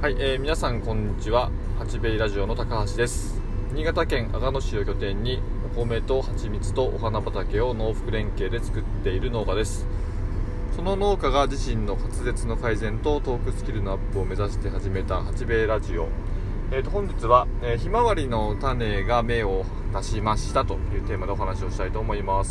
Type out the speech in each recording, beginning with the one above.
はい、皆さんこんにちは。八兵衛ラジオの高橋です。新潟県阿賀野市を拠点にお米と蜂蜜とお花畑を農福連携で作っている農家です。その農家が自身の滑舌の改善とトークスキルのアップを目指して始めた八兵衛ラジオ。本日は、ひまわりの種が芽を出しましたというテーマでお話をしたいと思います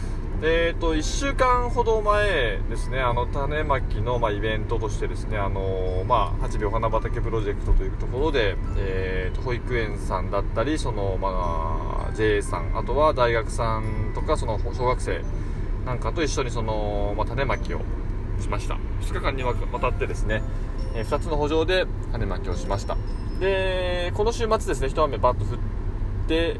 。1週間ほど前ですね、種まきの、イベントとしてですね、八兵衛お花畑プロジェクトというところで、保育園さんだったり、JA さん、あとは大学さんとか、その小学生なんかと一緒に種まきをしました。2日間にわたってですね、2つの圃場で種まきをしました。で、この週末ですね、一雨バッと降って、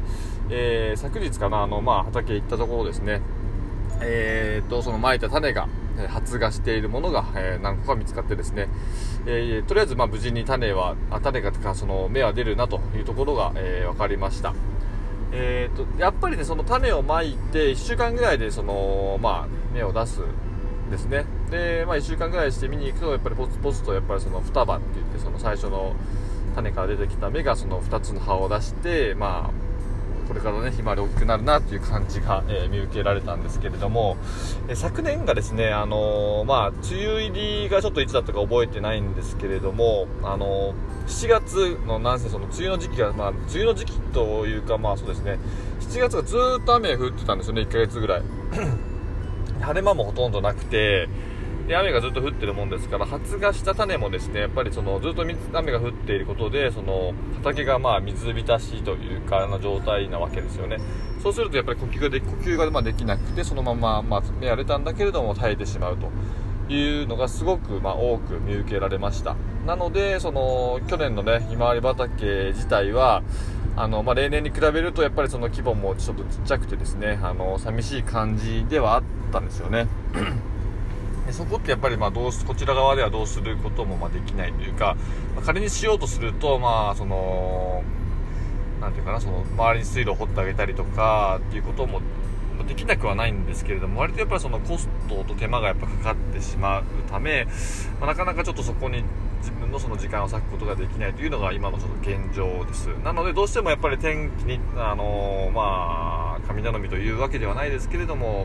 昨日かな、畑行ったところですね、そのまいた種が発芽しているものが、何個か見つかってですね、とりあえず無事に種がその芽は出るなというところが、分かりました。やっぱりね、その種をまいて1週間ぐらいで芽を出すですね。で、1週間ぐらいして見に行くとやっぱりポツポツとやっぱりその双葉って言って、その最初の種から出てきた芽がその2つの葉を出して、これからね、ひまわり大きくなるなっていう感じが、見受けられたんですけれども、昨年がですね、梅雨入りがちょっといつだったか覚えてないんですけれども、7月のなんせその梅雨の時期が、梅雨の時期というか、そうですね、7月がずーっと雨が降ってたんですよね、1ヶ月ぐらい晴れ間もほとんどなくて、で雨がずっと降ってるもんですから、発芽した種もですね、やっぱりそのずっと雨が降っていることで、その畑が水浸しというかな状態なわけですよね。そうするとやっぱり呼吸ができなくて、そのまま芽は出たんだけれども耐えてしまうというのがすごく多く見受けられました。なのでその去年のね、ひまわり畑自体は例年に比べるとやっぱりその規模もちょっとちっちゃくてですね、寂しい感じではあったんですよね。そこってやっぱりこちら側ではどうすることもできないというか、仮にしようとするとそのなんていうかな、その周りに水路を掘ってあげたりとかっていうこともできなくはないんですけれども、割とやっぱりそのコストと手間がやっぱかかってしまうため、なかなかちょっとそこに自分のその時間を割くことができないというのが今のちょっと現状です。なのでどうしてもやっぱり天気に神頼みというわけではないですけれども、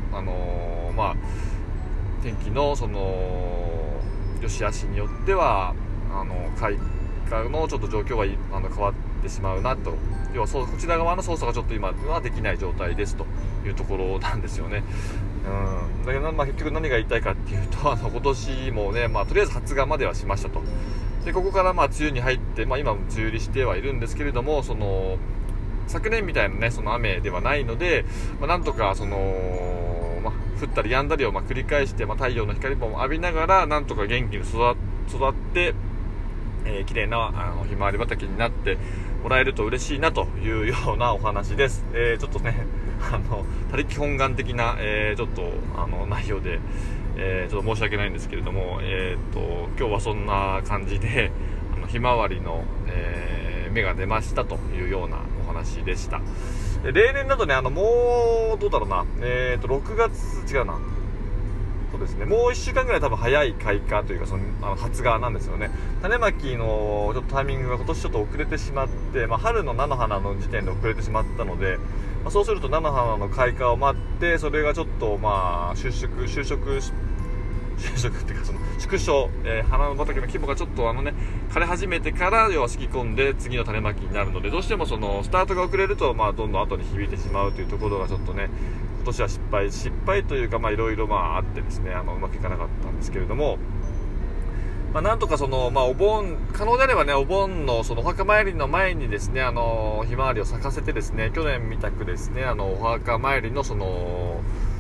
天気のその良し悪しによっては開花のちょっと状況が変わってしまうなと、要はこちら側の操作がちょっと今はできない状態ですというところなんですよね。だけど結局何が言いたいかっていうと、今年もね、とりあえず発芽まではしましたと。でここから梅雨に入って、今も梅雨入りしてはいるんですけれども、その昨年みたいなね、その雨ではないので、なんとかその降ったり止んだりを繰り返して、太陽の光も浴びながらなんとか元気に育って綺麗なひまわり畑になってもらえると嬉しいなというようなお話です。ちょっとね他力本願的な、ちょっと内容で、ちょっと申し訳ないんですけれども、今日はそんな感じでひまわりの、芽が出ましたというようなお話でした。例年だとね、もうどうだろうな、6月違うな、そうですね、もう1週間ぐらい多分早い開花というか、その発芽なんですよね。種まきのちょっとタイミングが今年ちょっと遅れてしまって、春の菜の花の時点で遅れてしまったので、そうすると菜の花の開花を待って、それがちょっと収縮っていうか、その縮小、花の畑の規模がちょっと枯れ始めてから要は敷き込んで次の種まきになるので、どうしてもそのスタートが遅れるとどんどん後に響いてしまうというところがちょっとね、今年は失敗というか、いろいろあってですね、うまくいかなかったんですけれども、なんとかそのお盆可能であればね、お盆のそのお墓参りの前にですね、ひまわりを咲かせてですね、去年みたくですね、お墓参りのその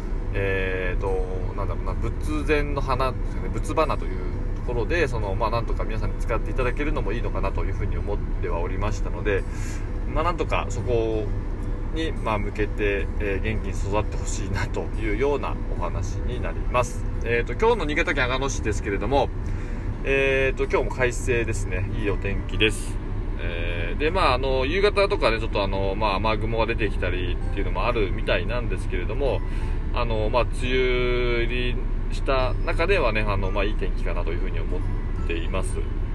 仏前の花ですね、仏花というところでなんとか皆さんに使っていただけるのもいいのかなというふうに思ってはおりましたので、なんとかそこに向けて、元気に育ってほしいなというようなお話になります。今日の新潟県阿賀野市ですけれども、今日も快晴ですね。いいお天気です。で夕方とかね、ちょっと雨雲が出てきたりっていうのもあるみたいなんですけれども、梅雨入りした中ではね、いい天気かなというふうに思っています。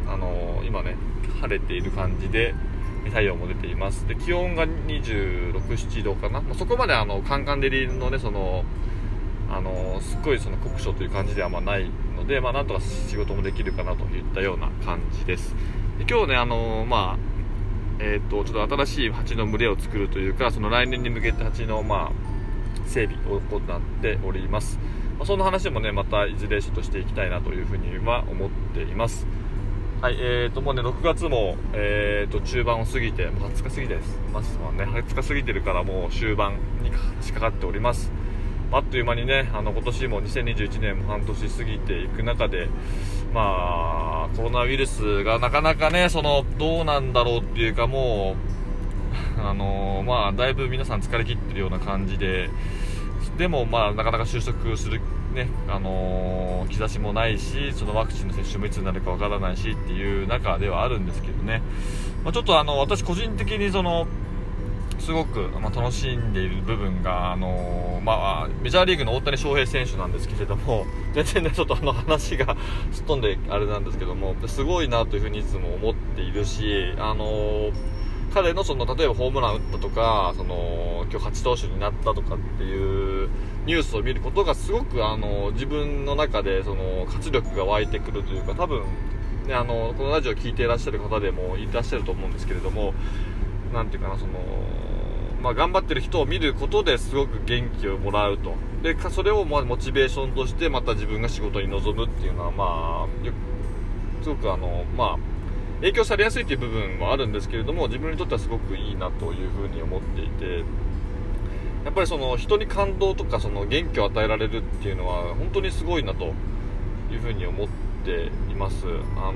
今ね晴れている感じで太陽も出ています。で気温が26、7度かな、そこまでカンカン照りのねすっごい酷暑という感じではあんまないので、なんとか仕事もできるかなといったような感じです。で今日ねちょっと新しい蜂の群れを作るというか、その来年に向けて蜂の整備を行っております。その話もねまたいずれちょっとしていきたいなというふうには思っています。はい、もうね6月も中盤を過ぎて20日過ぎてますもんね。20日過ぎてるからもう終盤に差し掛かっております。あっという間にね今年も2021年も半年過ぎていく中でコロナウイルスがなかなかねどうなんだろうっていうか、もうだいぶ皆さん疲れ切ってるような感じで、でもなかなか収束するね兆しもないし、そのワクチンの接種もいつになるかわからないしっていう中ではあるんですけどね、ちょっと私個人的にすごく、楽しんでいる部分が、メジャーリーグの大谷翔平選手なんですけれども、全然ねちょっと話がすっ飛んであれなんですけども、すごいなというふうにいつも思っているし、彼の例えばホームラン打ったとか今日勝ち投手になったとかっていうニュースを見ることがすごく自分の中で活力が湧いてくるというか、多分ねこのラジオを聞いていらっしゃる方でもいらっしゃると思うんですけれども、なんていうかな頑張ってる人を見ることですごく元気をもらうと。でそれをモチベーションとしてまた自分が仕事に臨むっていうのはすごく影響されやすいという部分もあるんですけれども、自分にとってはすごくいいなというふうに思っていて、やっぱり人に感動とか元気を与えられるっていうのは本当にすごいなというふうに思っています。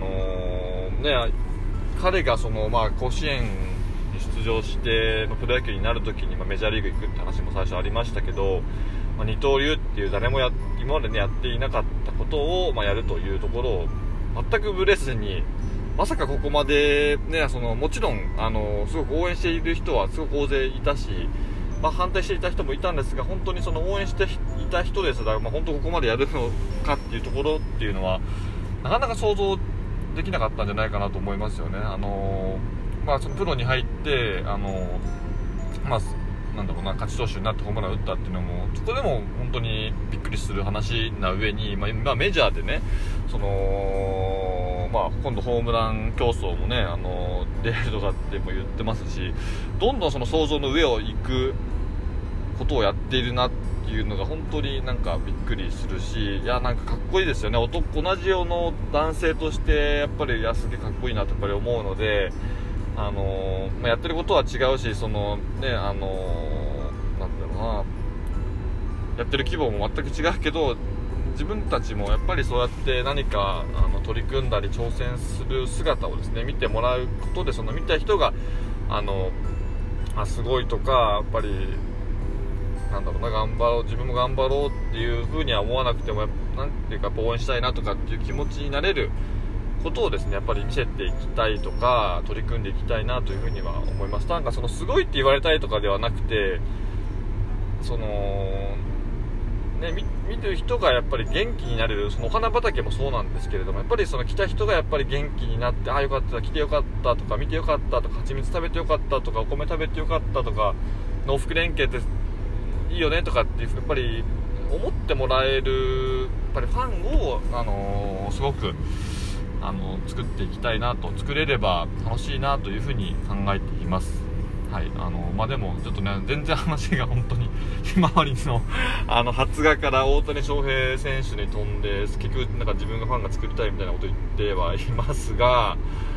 彼が甲子園に出場してプロ野球になるときにメジャーリーグ行くって話も最初ありましたけど、二刀流っていう誰も今までねやっていなかったことをやるというところを全くブレずに、まさかここまでねもちろんすごく応援している人はすごく大勢いたし、反対していた人もいたんですが、本当に応援していた人ですら、本当ここまでやるのかっていうところっていうのはなかなか想像できなかったんじゃないかなと思いますよね。プロに入って勝ち投手になってホームラン打ったっていうのもそこでも本当にびっくりする話な上に、今メジャーでね今度ホームラン競争もね出るとかっても言ってますし、どんどん想像の上を行くことをやっているなっていうのが本当にびっくりするし、かっこいいですよね。同じような男性としてやっぱりすげえかっこいいなとやっぱり思うので、やってることは違うしやってる規模も全く違うけど、自分たちもやっぱりそうやって何か取り組んだり挑戦する姿をですね見てもらうことで、見た人がすごいとかやっぱり頑張ろう、自分も頑張ろうっていう風には思わなくてもなんていうか応援したいなとかっていう気持ちになれることをですねやっぱり見せていきたいとか取り組んでいきたいなというふうには思います。すごいって言われたいとかではなくて、見てる人がやっぱり元気になれる、お花畑もそうなんですけれども、やっぱり来た人がやっぱり元気になって、よかった、来てよかったとか見てよかったとか蜂蜜食べてよかったとかお米食べてよかったとか農福連携っていいよねとかってやっぱり思ってもらえるやっぱりファンをすごく作っていきたいなと、作れれば楽しいなというふうに考えています。はい、でもちょっとね全然話が本当にひまわりの発芽から大谷翔平選手に飛んで、結局自分がファンが作りたいみたいなことを言ってはいますが、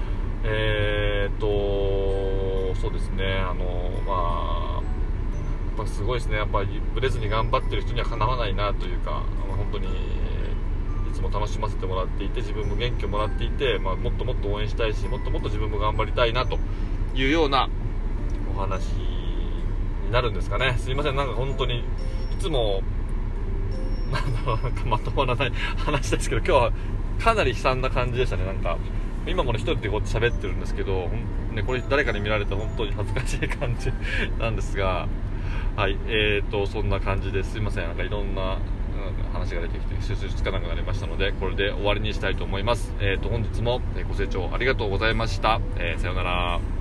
そうですねやっぱすごいですね。やっぱりブレずに頑張ってる人にはかなわないなというか、本当にいつも楽しませてもらっていて、自分も元気をもらっていて、もっともっと応援したいし、もっともっと自分も頑張りたいなというようなお話になるんですかね。すいません、本当にいつもまとまらない話ですけど、今日はかなり悲惨な感じでしたね。今も一人でこうやって喋ってるんですけど、これ誰かに見られて本当に恥ずかしい感じなんですが、はい、そんな感じですいません。いろんな話が出てきて収集つかなくなりましたので、これで終わりにしたいと思います。本日もご清聴ありがとうございました。さようなら。